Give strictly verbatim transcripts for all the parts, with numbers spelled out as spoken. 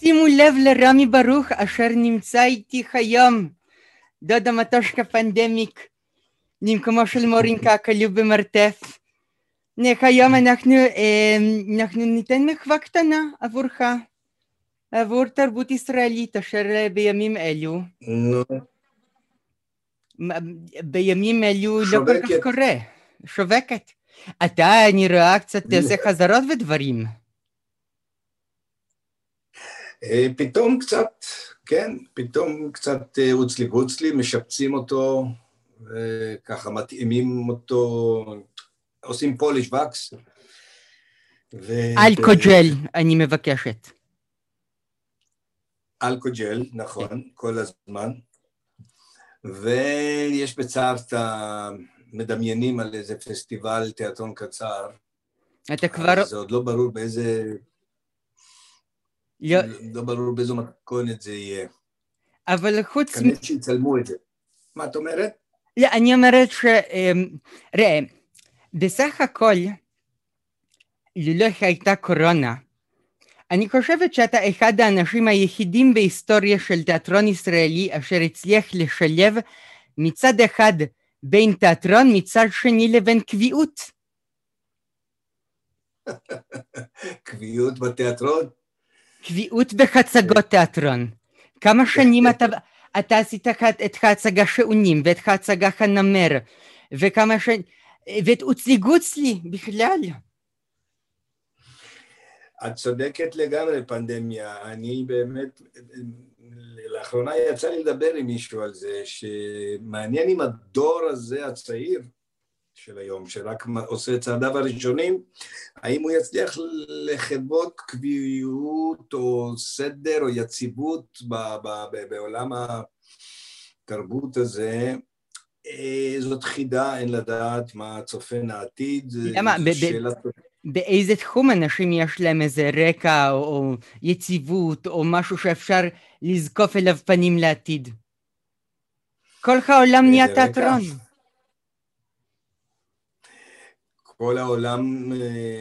שימו לב לרמי ברוך אשר נמצא איתי היום, דודה מטושקה פנדמיק, למקומו של מורינקה כלוא במרתף. היום אנחנו, אנחנו ניתן מחווה קטנה עבורך, עבור תרבות ישראלית אשר בימים אלו, בימים אלו לא כל כך קורה, שובקת. אתה, אני רואה קצת עושה חזרות ודברים. פתאום קצת, כן, פתאום קצת רוצלי גוצלי, משפצים אותו, וככה מתאימים אותו, עושים פוליש וקס. אלכוג'ל, אני מבקשת. אלכוג'ל, נכון, כל הזמן. ויש בצוותא מדמיינים על איזה פסטיבל תיאטרון קצר. אתה כבר... אז זה עוד לא ברור באיזה... לא, לא ברור באיזו מתכונת זה יהיה. אבל חוץ... כנראה שיצלמו את זה. מה את אומרת? לא, אני אומרת ש... ראה, בסך הכל, לולא הייתה קורונה, אני חושבת שאתה אחד האנשים היחידים בהיסטוריה של תיאטרון ישראלי אשר הצליח לשלב מצד אחד בין תיאטרון, מצד שני לבין קביעות. קביעות בתיאטרון? קביעות בחצגות תיאטרון. כמה שנים אתה, אתה עשית את ההצגה שעונים, ואת ההצגה הנמר, וכמה ש... ואת אוצלי גוצלי בכלל. את צודקת לגמרי, פנדמיה. אני באמת, לאחרונה יצא לי לדבר עם מישהו על זה, שמעניין אם הדור הזה הצעיר של היום, שרק עושה את צעדיו הראשונים, האם הוא יצליח לחוות קביעות או סדר או יציבות בעולם התרבות הזה. זאת חידה, אין לדעת מה צופן העתיד. למה? באיזה תחום אנשים יש להם איזה רקע או יציבות או משהו שאפשר לזקוף אליו פנים לעתיד? כל העולם נהיה תיאטרון. כל העולם,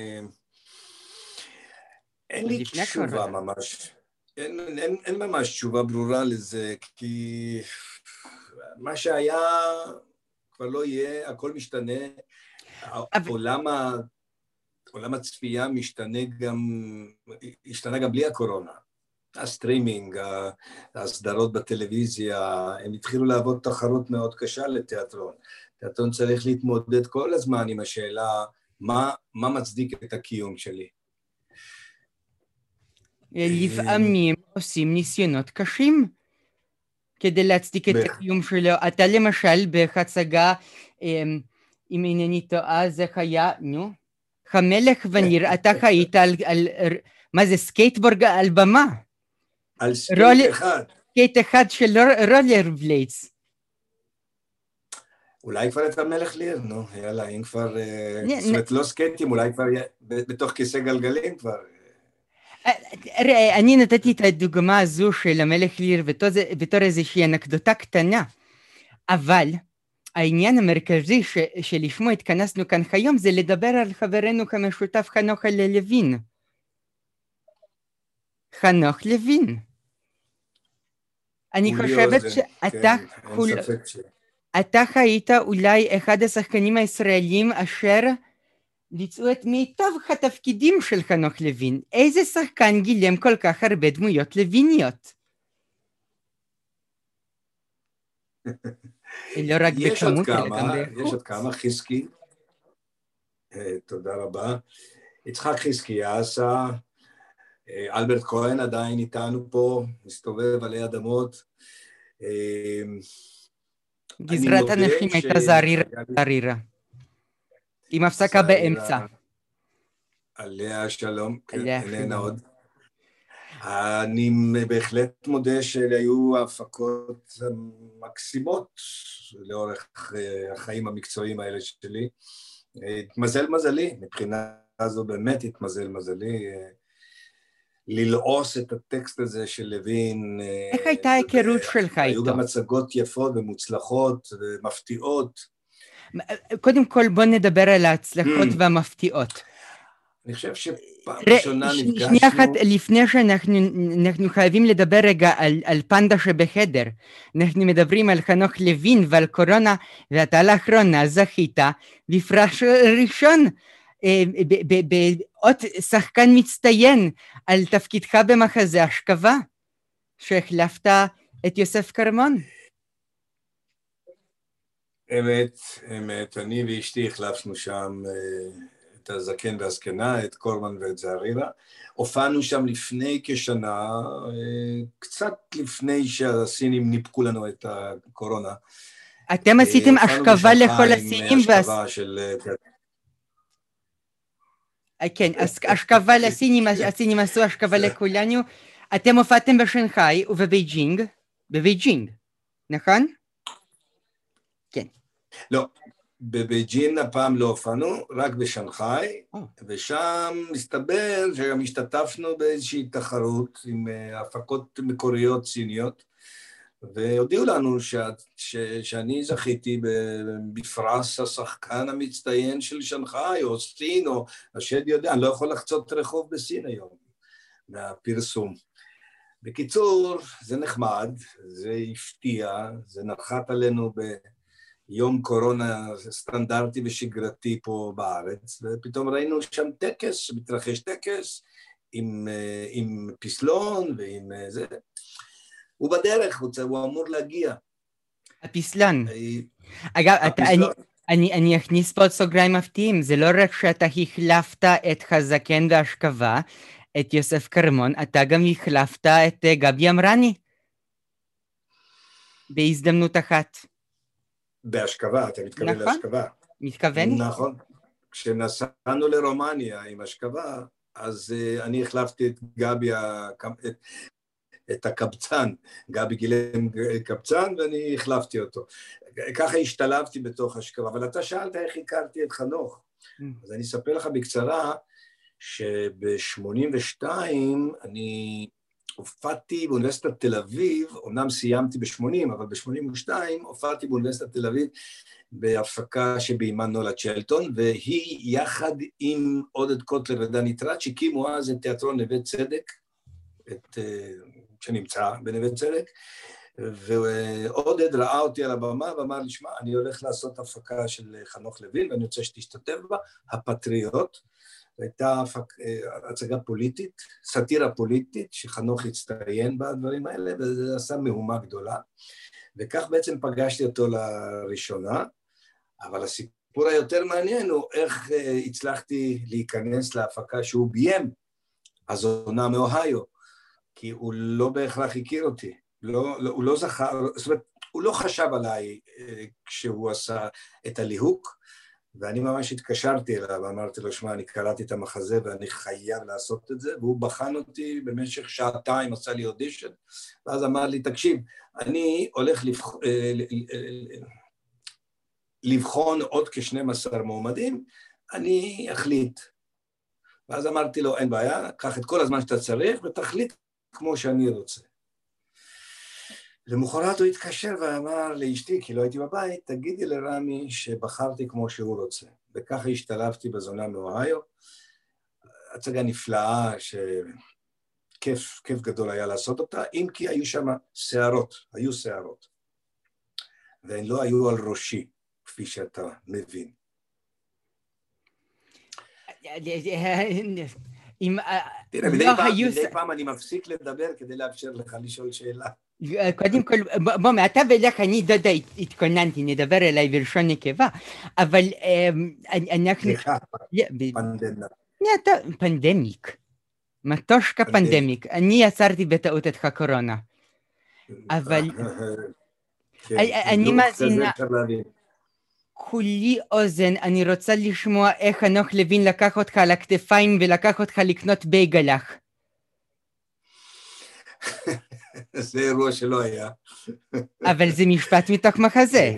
אין לי תשובה ממש, אין, אין, אין ממש תשובה ברורה לזה, כי מה שהיה כבר לא יהיה, הכל משתנה, העולם, ה, עולם הצפייה משתנה גם, השתנה גם בלי הקורונה, הסטרימינג, הסדרות בטלוויזיה, הם התחילו לעבוד תחרות מאוד קשה לתיאטרון. תיאטרון צריך להתמודד כל הזמן עם השאלה, מה, מה מצדיק את הקיום שלי? לפעמים עושים ניסיונות קשים כדי להצדיק את הקיום שלו. אתה למשל בהצגה, אם אינני טועה, זה היה, נו, המלך וניר, אתה היית על, על, מה זה, סקייטבורד על במה? על סקייט אחד. סקייט אחד של רולר בליידס. אולי כבר את המלך ליר, נו, יאללה, אם כבר, זאת אומרת, לא סקייטים, אולי כבר בתוך כיסא גלגלים כבר. ראה, אני נתתי את הדוגמה הזו של המלך ליר בתור איזושהי אנקדוטה קטנה, אבל העניין המרכזי שלשמו התכנסנו כאן היום זה לדבר על חברנו המשותף חנוך לוין. חנוך לוין. אני חושבת שאתה... אתה היית אולי אחד השחקנים הישראלים אשר ביצעו את מיטב התפקידים של חנוך לוין. איזה שחקן גילם כל כך הרבה דמויות לויניות? לא רק בכמות, אלא גם באיכות. יש עוד כמה, חזקי, תודה רבה, יצחק חזקיאסה, אלברט כהן עדיין איתנו פה, מסתובב עלי אדמות, גזרת הנשים הייתה זרירה, עם הפסקה באמצע. עליה שלום, איננה עוד. אני בהחלט מודה שהיו הפקות מקסימות לאורך החיים המקצועיים האלה שלי. התמזל מזלי, מבחינה זו באמת התמזל מזלי, ללעוס את הטקסט הזה של לוין. איך הייתה ההיכרות שלך איתו? היו גם הצגות יפות ומוצלחות ומפתיעות. קודם כל בוא נדבר על ההצלחות והמפתיעות. אני חושב שפעם ראשונה נפגשנו... שנייה אחת לפני שאנחנו חייבים לדבר רגע על, על פנדה שבחדר. אנחנו מדברים על חנוך לוין ועל קורונה, ואתה לאחרונה זכית בפרס ראשון בעוד שחקן מצטיין על תפקידך במחזה אשכבה, שהחלפת את יוסף כרמון. אמת, אמת. אני ואשתי החלפנו שם את הזקן והזקנה, את קורמן ואת זערירה. הופענו שם לפני כשנה, קצת לפני שהסינים ניפקו לנו את הקורונה. אתם עשיתם אשכבה לכל הסינים? אשכבה של... כן, אשכבה לסינים, הסינים עשו אשכבה לכולנו. אתם הופעתם בשנגחאי ובבייג'ינג, בבייג'ינג, נכון? כן. לא. בבייג'ין הפעם לא הופענו, רק בשנגחאי, oh. ושם מסתבר שגם השתתפנו באיזושהי תחרות עם הפקות מקוריות סיניות, והודיעו לנו ש... ש... שאני זכיתי בפרס השחקן המצטיין של שנגחאי, או סין, או השד יודע, אני לא יכול לחצות רחוב בסין היום, מהפרסום. בקיצור, זה נחמד, זה הפתיע, זה נחת עלינו ב... יום קורונה סטנדרטי ושגרתי פה בארץ, ופתאום ראינו שם טקס, מתרחש טקס, עם, עם פסלון ועם זה. הוא בדרך, הוא, הוא אמור להגיע. הפסלון. אגב, אתה, אני, אני, אני אכניס פה סוגריים מפתיעים, זה לא רק שאתה החלפת את הזקן והאשכבה, את יוסף כרמון, אתה גם החלפת את גבי אמרני, בהזדמנות אחת. בהשכבה, אתה מתכוון נכון, להשכבה. מתכוון? נכון. כשנסענו לרומניה עם השכבה, אז uh, אני החלפתי את גבי, את, את הקבצן, גבי גילם קבצן, ואני החלפתי אותו. ככה השתלבתי בתוך השכבה, אבל אתה שאלת איך הכרתי את חנוך. Mm. אז אני אספר לך בקצרה, שב-שמונים ושתיים אני... הופעתי באוניברסיטת תל אביב, אומנם סיימתי ב-שמונים, אבל ב-שמונים ושתיים הופעתי באוניברסיטת תל אביב בהפקה שביימה נולה צ'לטון, והיא יחד עם עודד קוטלר ודני טראץ' הקימו אז את תיאטרון נווה צדק, את, שנמצא בנווה צדק, ועודד ראה אותי על הבמה ואמר לי, שמע, אני הולך לעשות הפקה של חנוך לוין, ואני רוצה שתשתתף בה, הפטריוט, הייתה הצגה פוליטית, סאטירה פוליטית, שחנוך הצטיין בדברים האלה, וזה עשה מהומה גדולה, וכך בעצם פגשתי אותו לראשונה, אבל הסיפור היותר מעניין הוא איך הצלחתי להיכנס להפקה שהוא ביים, הזונה מאוהיו, כי הוא לא בהכרח הכיר אותי, לא, לא, הוא לא זכר, זאת אומרת, הוא לא חשב עליי כשהוא עשה את הליהוק, ואני ממש התקשרתי אליו, ואמרתי לו, שמע, אני קראתי את המחזה ואני חייב לעשות את זה, והוא בחן אותי במשך שעתיים, עשה לי אודישן, ואז אמר לי, תקשיב, אני הולך לבח... לבחון עוד כ-שנים עשר מועמדים, אני אחליט. ואז אמרתי לו, אין בעיה, קח את כל הזמן שאתה צריך, ותחליט כמו שאני רוצה. למחרת הוא התקשר ואמר לאשתי, כי לא הייתי בבית, תגידי לרמי שבחרתי כמו שהוא רוצה. וככה השתלבתי בזונה מאוהיו. הצגה נפלאה שכיף, כיף גדול היה לעשות אותה, אם כי היו שם שערות, היו שערות. והן לא היו על ראשי, כפי שאתה מבין. תראה, מדי פעם אני מפסיק לדבר כדי לאפשר לך לשאול שאלה. קודם כל, בוא, מעתה ולך אני דודה התכוננתי, נדבר אליי בלשון נקבה, אבל אנחנו... סליחה, פנדמנה. אתה פנדמיק, מטושקה פנדמיק, אני יצרתי בטעות את הקורונה, אבל אני מאזינה, כולי אוזן, אני רוצה לשמוע איך חנוך לוין לקח אותך על הכתפיים ולקח אותך לקנות בייגלח. זה אירוע שלא היה. אבל זה משפט מתוך מחזה.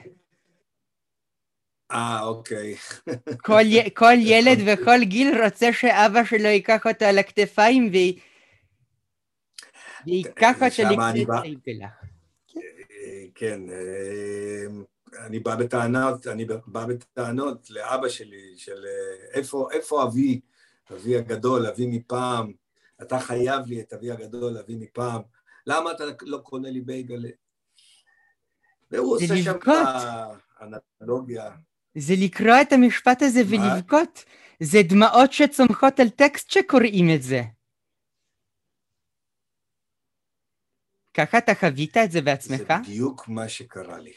אה, אוקיי. כל, כל ילד וכל גיל רוצה שאבא שלו ייקח אותו על הכתפיים ו... ויקח אותו לקנות בייגלח. כן, אני בא בטענות, אני בא בטענות לאבא שלי, של איפה, איפה אבי אבי הגדול, אבי מפעם, אתה חייב לי את אבי הגדול, אבי מפעם, למה אתה לא קונה לי בייגלה? והוא עושה שם אנלוגיה. זה לקרוא את המשפט הזה ולבכות. זה דמעות שצומחות על טקסט שקוראים את זה. ככה אתה חווית את זה בעצמך? זה בדיוק מה שקרה לי.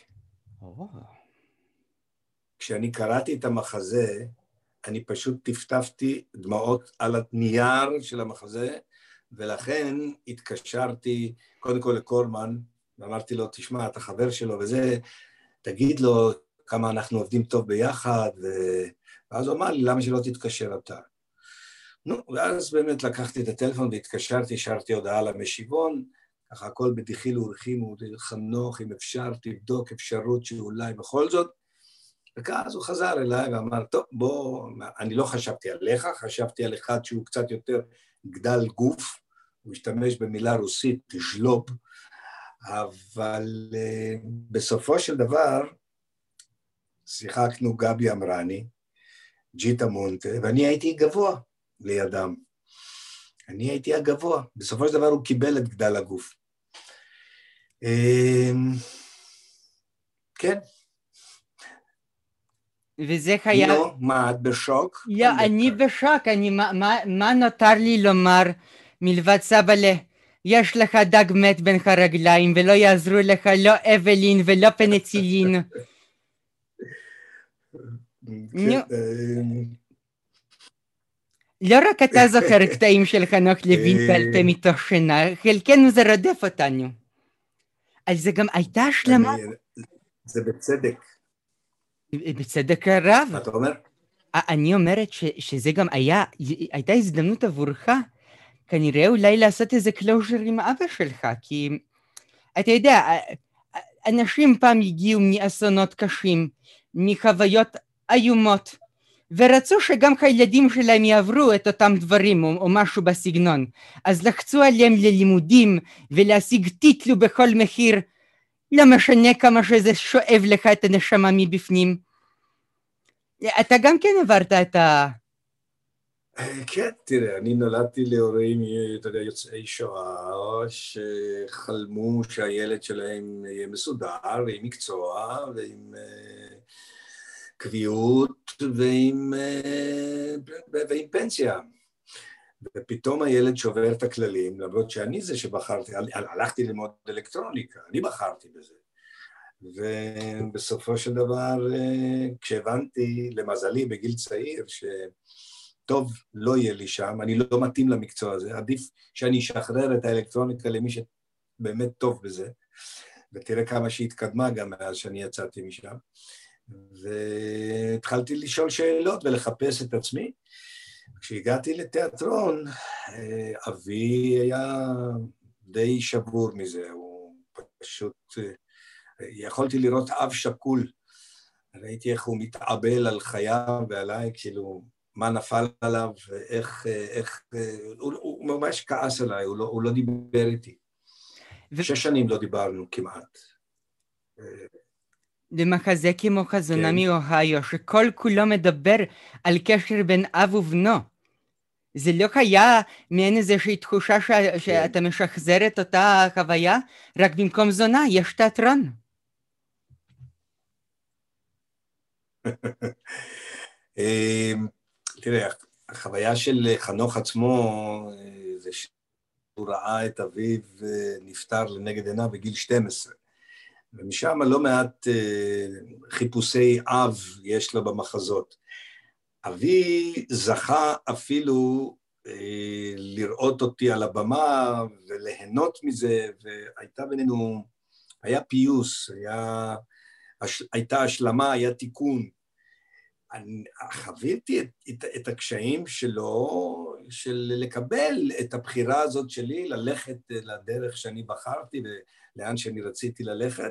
כשאני קראתי את המחזה, אני פשוט טפטפתי דמעות על הנייר של המחזה, ולכן התקשרתי קודם כל לקורמן, ואמרתי לו, תשמע, אתה חבר שלו וזה, תגיד לו כמה אנחנו עובדים טוב ביחד, ו... ואז הוא אמר לי, למה שלא תתקשר אתה? נו, ואז באמת לקחתי את הטלפון והתקשרתי, השארתי הודעה למשיבון, ככה הכל בדחיל ורחימו, חנוך, אם אפשר, תבדוק אפשרות שאולי בכל זאת, וכאז הוא חזר אליי ואמר, טוב, בוא, אני לא חשבתי עליך, חשבתי על אחד שהוא קצת יותר גדל גוף, הוא השתמש במילה רוסית, תשלוב, אבל uh, בסופו של דבר, שיחקנו גבי אמרני, ג'יטה מונטה, ואני הייתי גבוה לידם. אני הייתי הגבוה. בסופו של דבר הוא קיבל את גדל הגוף. כן. וזה היה... לא, מה, את בשוק? לא, אני בשוק. אני, מה, מה, מה נותר לי לומר מלבד סבאלה? יש לך דג מת בין הרגליים, ולא יעזרו לך לא אבלין ולא פניצילין. לא רק אתה זוכר קטעים של חנוך לוין בעל פה מתוך שינה, חלקנו זה רודף אותנו. אז זה גם הייתה השלמה. זה בצדק. בצדק רב. מה אתה אומר? אני אומרת שזה גם היה, הייתה הזדמנות עבורך, כנראה אולי לעשות איזה קלוז'ר עם אבא שלך, כי אתה יודע, אנשים פעם הגיעו מאסונות קשים, מחוויות איומות, ורצו שגם הילדים שלהם יעברו את אותם דברים, או, או משהו בסגנון. אז לחצו עליהם ללימודים, ולהשיג טיטלו בכל מחיר, לא משנה כמה שזה שואב לך את הנשמה מבפנים. אתה גם כן עברת את ה... כן, תראה, אני נולדתי להורים, אתה יודע, יוצאי שואה, שחלמו שהילד שלהם יהיה מסודר, ועם מקצוע, ועם קביעות, ועם, ועם פנסיה. ופתאום הילד שובר את הכללים, למרות שאני זה שבחרתי, הלכתי ללמוד אלקטרוניקה, אני בחרתי בזה. ובסופו של דבר, כשהבנתי, למזלי, בגיל צעיר, שטוב לא יהיה לי שם, אני לא מתאים למקצוע הזה, עדיף שאני אשחרר את האלקטרוניקה למי שבאמת טוב בזה, ותראה כמה שהתקדמה גם מאז שאני יצאתי משם, והתחלתי לשאול שאלות ולחפש את עצמי. כשהגעתי לתיאטרון, אבי היה די שבור מזה, הוא פשוט... יכולתי לראות אב שקול, ראיתי איך הוא מתאבל על חייו ועליי, כאילו, מה נפל עליו, ואיך, איך, הוא, הוא ממש כעס עליי, הוא לא, הוא לא דיבר איתי. ו... שש שנים לא דיברנו כמעט. למחזה כמו חזונה מאוהיו, שכל כולו מדבר על קשר בין אב ובנו. זה לא היה מעין איזושהי תחושה ש... כן. שאתה משחזר את אותה חוויה, רק במקום זונה יש תיאטרון. תראה, החוויה של חנוך עצמו, זה שהוא ראה את אביו נפטר לנגד עיניו בגיל שתים עשרה, ומשם לא מעט חיפושי אב יש לו במחזות. אבי זכה אפילו לראות אותי על הבמה וליהנות מזה, והייתה בינינו, היה פיוס, היה, הייתה השלמה, היה תיקון. אני חוויתי את, את, את הקשיים שלו, של לקבל את הבחירה הזאת שלי, ללכת לדרך שאני בחרתי ולאן שאני רציתי ללכת.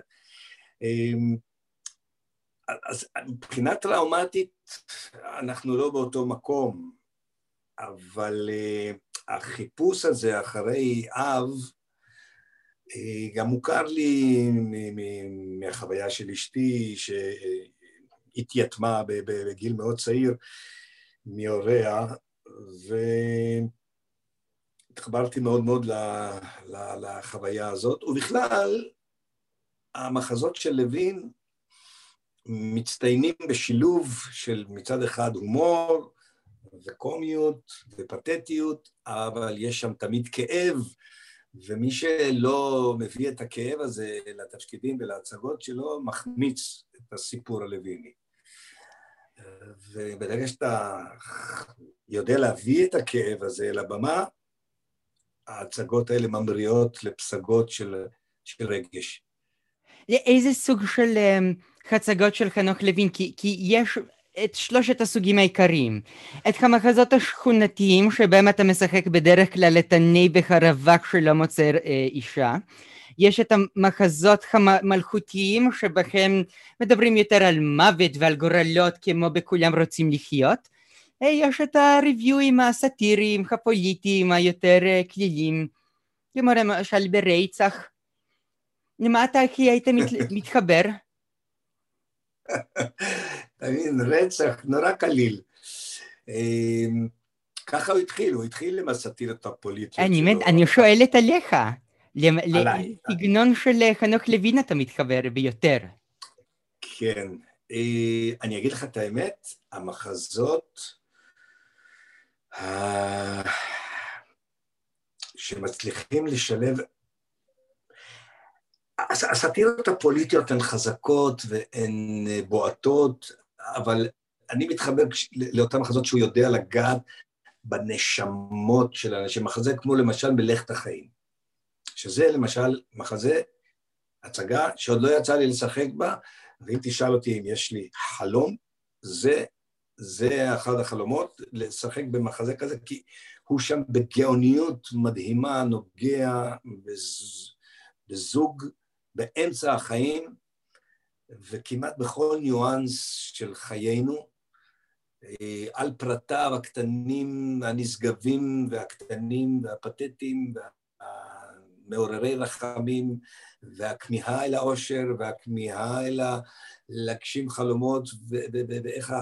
אז מבחינה טראומטית אנחנו לא באותו מקום, אבל החיפוש הזה אחרי אב גם מוכר לי מהחוויה של אשתי, שהתייתמה בגיל מאוד צעיר מהוריה, והתחברתי מאוד מאוד לחוויה הזאת, ובכלל, המחזות של לוין מצטיינים בשילוב של מצד אחד הומור, וקומיות ופתטיות, אבל יש שם תמיד כאב, ומי שלא מביא את הכאב הזה לתפקידים ולהצגות שלו, מחמיץ את הסיפור הלוויני. וברגע שאתה יודע להביא את הכאב הזה לבמה, ההצגות האלה ממריאות לפסגות של, של רגש. איזה סוג של הצגות של חנוך לוין? כי, כי יש את שלושת הסוגים העיקריים. את המחזות השכונתיים, שבהם אתה משחק בדרך כלל את הנעבך הרווק שלא מוצא אה, אישה. יש את המחזות המלכותיים, שבהם מדברים יותר על מוות ועל גורלות, כמו בכולם רוצים לחיות. יש את הריוויואים הסאטיריים, הפוליטיים, היותר כלילים, כמו למשל ברצח. למה אתה הכי היית מת, מתחבר? תבין, רצח נורא קליל. ככה הוא התחיל, הוא התחיל עם הסאטירות הפוליטיות שלו. אני שואלת עליך, לסגנון של חנוך לוין אתה מתחבר ביותר. כן, אני אגיד לך את האמת, המחזות שמצליחים לשלב, הסאטירות הפוליטיות הן חזקות והן בועטות, אבל אני מתחבר לאותן מחזות שהוא יודע לגעת בנשמות של אנשים, מחזה כמו למשל מלאכת החיים, שזה למשל מחזה, הצגה שעוד לא יצא לי לשחק בה, ואם תשאל אותי אם יש לי חלום, זה, זה אחד החלומות, לשחק במחזה כזה, כי הוא שם בגאוניות מדהימה, נוגע בז, בזוג, באמצע החיים, וכמעט בכל ניואנס של חיינו, על פרטיו הקטנים, הנשגבים והקטנים והפתטיים, והמעוררי רחמים, והכמיהה אל האושר, והכמיהה אל להגשים חלומות, ואיך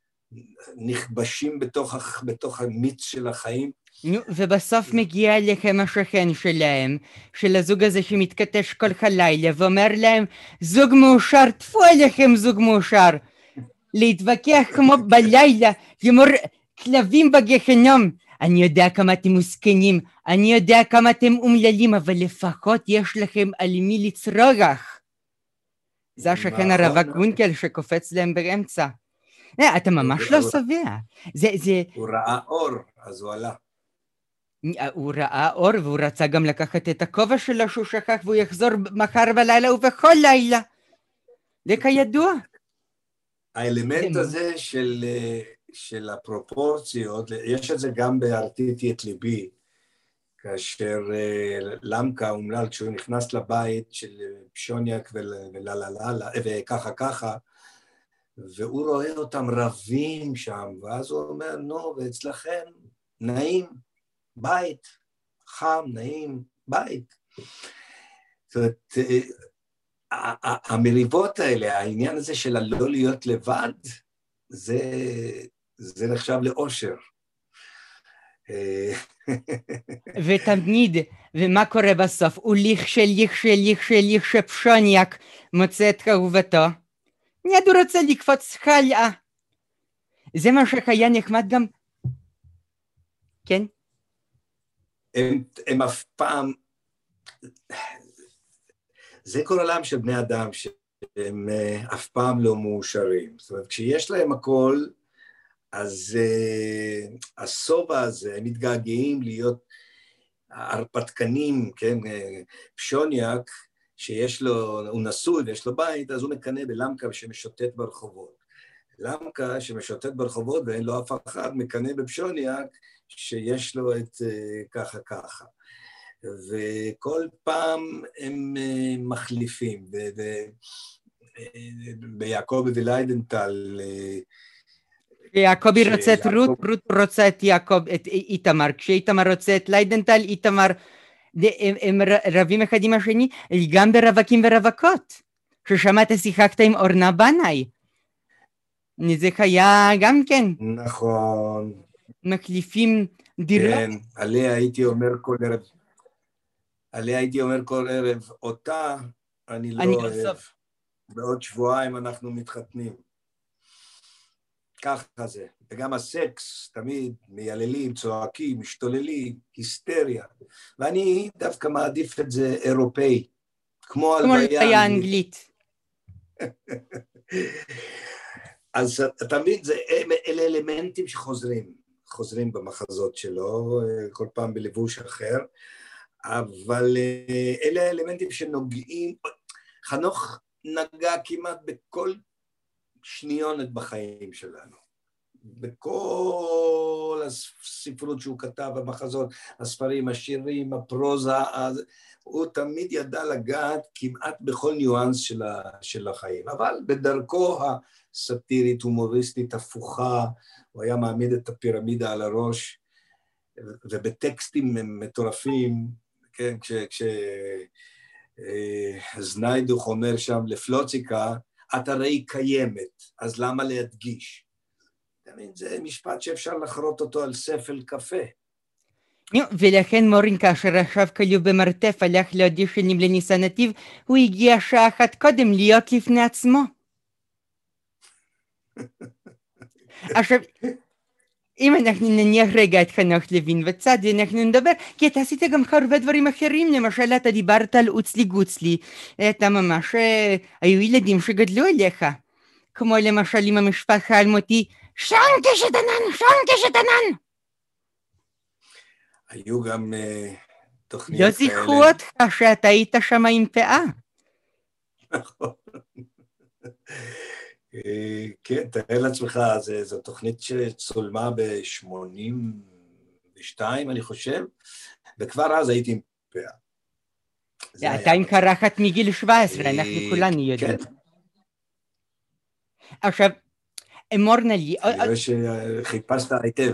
נכבשים בתוך, בתוך המיץ של החיים. ובסוף מגיע אליכם השכן שלהם, של הזוג הזה שמתכתש כל הלילה, ואומר להם, זוג מאושר, תפו עליכם זוג מאושר. להתווכח כמו בלילה, כמו כלבים בגהנום. אני יודע כמה אתם מסכנים, אני יודע כמה אתם אומללים, אבל לפחות יש לכם על מי לצרוח. זה השכן הרווק גונקל שקופץ להם באמצע. אתה ממש לא שבע. הוא ראה אור, אז הוא עלה. הוא ראה אור, והוא רצה גם לקחת את הכובע שלו שהוא שכח, והוא יחזור מחר בלילה ובכל לילה. זה כידוע. האלמנט הזה של, של הפרופורציות, יש את זה גם בהרטיתי את ליבי, כאשר למקה אומלל, כשהוא נכנס לבית של פשוניאק ולללה, וככה ככה, והוא רואה אותם רבים שם, ואז הוא אומר, נו, ואצלכם נעים, בית, חם, נעים, בית. זאת אומרת, המריבות האלה, העניין הזה של לא להיות לבד, זה, זה נחשב לאושר. ותמיד, ומה קורה בסוף? הוא לכשל, לכשל, לכשל, לכשל פשוניאק מוצא את אהובתו. מיד הוא רוצה לקפוץ חלאה. זה מה שהיה נחמד גם. כן? הם, הם אף פעם... זה כל עולם של בני אדם שהם אף פעם לא מאושרים. זאת אומרת, כשיש להם הכל, אז uh, הסובה הזה, הם מתגעגעים להיות הרפתקנים, כן? פשוניאק, שיש לו, הוא נשוי ויש לו בית, אז הוא מקנא בלמקה שמשוטט ברחובות. למקה שמשוטט ברחובות ואין לו אף אחד, מקנא בפשוניאק שיש לו את uh, ככה ככה. וכל פעם הם מחליפים, ביעקבי וליידנטל... יעקבי רוצה את רות, רות רוצה את יעקב, את איתמר, כשאיתמר רוצה את ליידנטל, איתמר, הם רבים אחד עם השני, גם ברווקים ורווקות, ששמעת שיחקת עם אורנה בנאי, זה היה גם כן. נכון. מקליפים דירות? כן, עליה הייתי אומר כל ערב, עליה הייתי אומר כל ערב, אותה אני לא אני אוהב. אוסף. בעוד שבועיים אנחנו מתחתנים. ככה זה. וגם הסקס, תמיד מייללים, צועקים, משתוללים, היסטריה. ואני דווקא מעדיף את זה אירופאי, כמו כמו הלוויה הלוויה אנגלית. אז תמיד זה, אלה אלמנטים שחוזרים, חוזרים במחזות שלו, כל פעם בלבוש אחר, אבל אלה האלמנטים שנוגעים, חנוך נגע כמעט בכל שניונת בחיים שלנו, בכל הספרות שהוא כתב, המחזות, הספרים, השירים, הפרוזה, הוא תמיד ידע לגעת כמעט בכל ניואנס של, ה, של החיים, אבל בדרכו הסאטירית, הומוריסטית, הפוכה, הוא היה מעמיד את הפירמידה על הראש, ובטקסטים מטורפים, כן, כש... כש זניידוך אומר שם לפלוציקה, את הרי קיימת, אז למה להדגיש? תמיד זה משפט שאפשר לחרות אותו על ספל קפה. ולכן מורין כאשר עכשיו כלוא במרתף הלך לאודישנים לניסן נתיב, הוא הגיע שעה אחת קודם להיות לפני עצמו. עכשיו, אם אנחנו נניח רגע את חנוך לוין בצד ואנחנו נדבר, כי אתה עשית גם הרבה דברים אחרים, למשל אתה דיברת על אוצלי גוצלי, אתה ממש, היו ילדים שגדלו אליך, כמו למשל עם המשפחה האלמותי, שונקה שתנן, שונקה שתנן. היו גם uh, תוכניות כאלה. לא זיכרו אותך שאתה היית שם עם פאה. נכון. כן, תראה לעצמך, זו תוכנית שצולמה ב-שמונים ושתיים, אני חושב, וכבר אז הייתי עם פאה. אתה עם קרחת מגיל שבע עשרה, אנחנו כולנו יודעים. כן. עכשיו, אמורנה לי... אני רואה שחיפשת היטב.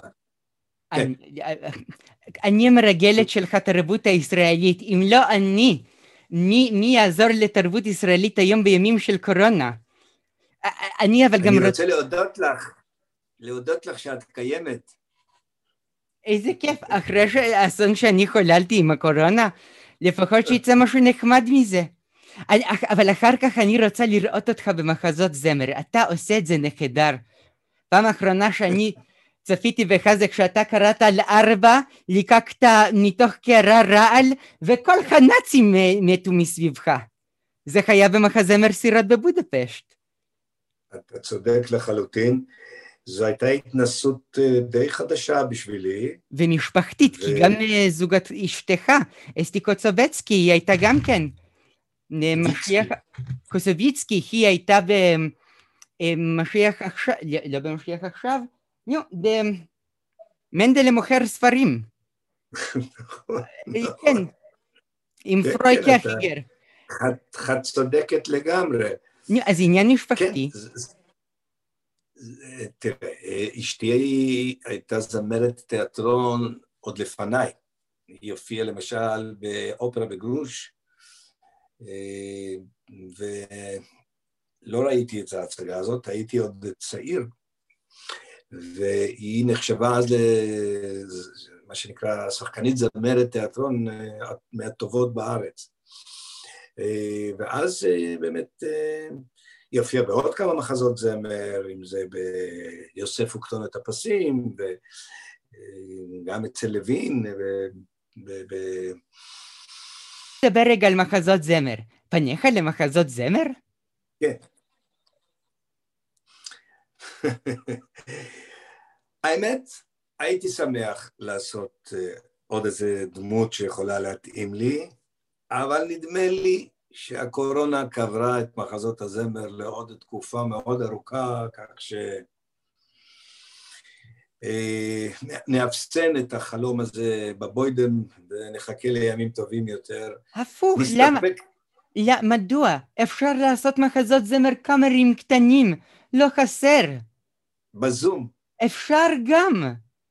אני מרגלת שלך תרבות הישראלית, אם לא אני, מי יעזור לתרבות ישראלית היום בימים של קורונה? אני אבל גם... אני רוצה להודות לך, להודות לך שאת קיימת. איזה כיף, אחרי האסון שאני חוללתי עם הקורונה, לפחות שיצא משהו נחמד מזה. אבל אחר כך אני רוצה לראות אותך במחזות זמר, אתה עושה את זה נהדר. פעם האחרונה שאני צפיתי בך זה כשאתה קראת על ארבע, ליקקת מתוך קערה רעל, וכל הנאצים מתו מסביבך. זה היה במחזמר סירות בבודפשט. אתה צודק לחלוטין, זו הייתה התנסות די חדשה בשבילי. ומשפחתית, ו... כי גם זוגת אשתך, אסתי קוצוביצקי, היא הייתה גם כן. משיח... קוסוביצקי, היא הייתה במשיח עכשיו, לא במשיח עכשיו, נו, מנדלה מוכר ספרים. כן, עם פרויקי החיגר. את צודקת לגמרי. אז עניין משפחתי. תראה, אשתי הייתה זמרת תיאטרון עוד לפניי. היא הופיעה למשל באופרה בגרוש, ולא ראיתי את ההצגה הזאת, הייתי עוד צעיר, והיא נחשבה אז למה שנקרא שחקנית זמרת תיאטרון מהטובות בארץ. ואז באמת היא הופיעה בעוד כמה מחזות זמר, אם זה ביוסף וכתונת הפסים, וגם אצל לוין. דבר רגע על מחזות זמר. פניך למחזות זמר? כן. האמת, הייתי שמח לעשות עוד איזה דמות שיכולה להתאים לי, אבל נדמה לי שהקורונה קברה את מחזות הזמר לעוד תקופה מאוד ארוכה, כך ש... נאפסן את החלום הזה בבוידם ונחכה לימים טובים יותר. הפוך, למה? לא, מדוע? אפשר לעשות מחזות זמר קאמרים קטנים, לא חסר. בזום. אפשר גם.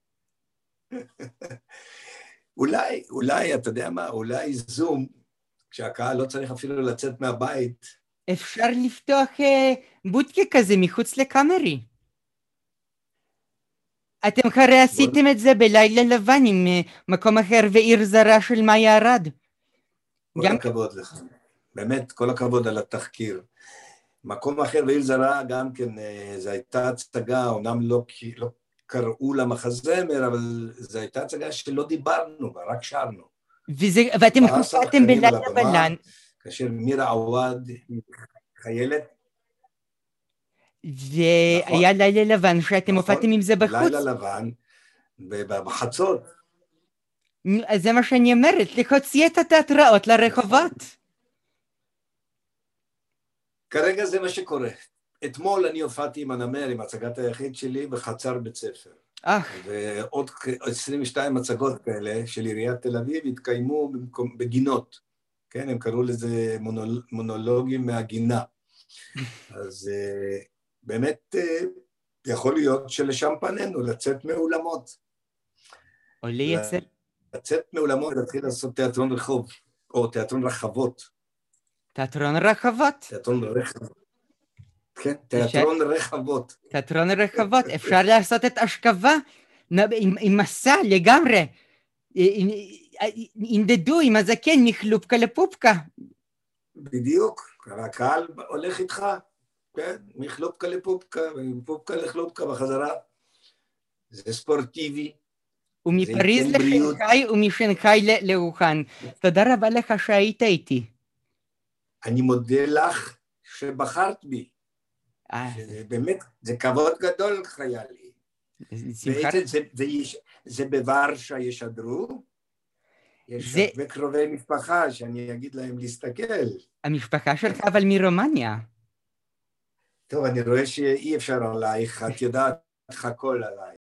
אולי, אולי, אתה יודע מה, אולי זום, כשהקהל לא צריך אפילו לצאת מהבית. אפשר לפתוח אה, בודקה כזה מחוץ לקאמרי. אתם הרי עשיתם את זה בלילה לבן עם מקום אחר ועיר זרה של מאיה ארד. כל הכבוד לך. באמת, כל הכבוד על התחקיר. מקום אחר ועיר זרה גם כן, זו הייתה הצגה, אומנם לא, לא קראו לה מחזמר, אבל זו הייתה הצגה שלא דיברנו בה, רק שרנו. וזה, ואתם הופעתם בלילה לבן. כאשר מירה עווד, חיילת. והיה נכון. לילה לבן שאתם נכון, הופעתם עם זה בחוץ. לילה לבן, בחצות. אז זה מה שאני אומרת, להוציא את התיאטראות לרחובות. כרגע זה מה שקורה. אתמול אני הופעתי עם הנמר, עם הצגת היחיד שלי, בחצר בית ספר. אך. ועוד עשרים ושתיים הצגות כאלה של עיריית תל אביב התקיימו במקום, בגינות. כן, הם קראו לזה מונול, מונולוגים מהגינה. אז באמת יכול להיות שלשם פנינו, לצאת מאולמות. או לייצר. לצאת מאולמות, להתחיל לעשות תיאטרון רחוב, או תיאטרון רחבות. תיאטרון רחבות. תיאטרון רחבות. כן, תיאטרון רחבות. תיאטרון רחבות, אפשר לעשות את אשכבה עם מסע לגמרי. ינדדו עם הזקן מחלופקה לפופקה. בדיוק, הקהל הולך איתך, כן, מחלופקה לפופקה, ומפופקה לחלופקה בחזרה. זה ספורטיבי. ומפריז לשנגחאי ומשנגחאי לרוחן. תודה רבה לך שהיית איתי. אני מודה לך שבחרת בי. באמת, זה כבוד גדול היה לי. זה בוורשה ישדרו? יש הרבה קרובי משפחה שאני אגיד להם להסתכל. המשפחה שלך אבל מרומניה. טוב, אני רואה שאי אפשר עלייך, את יודעת הכל עליי.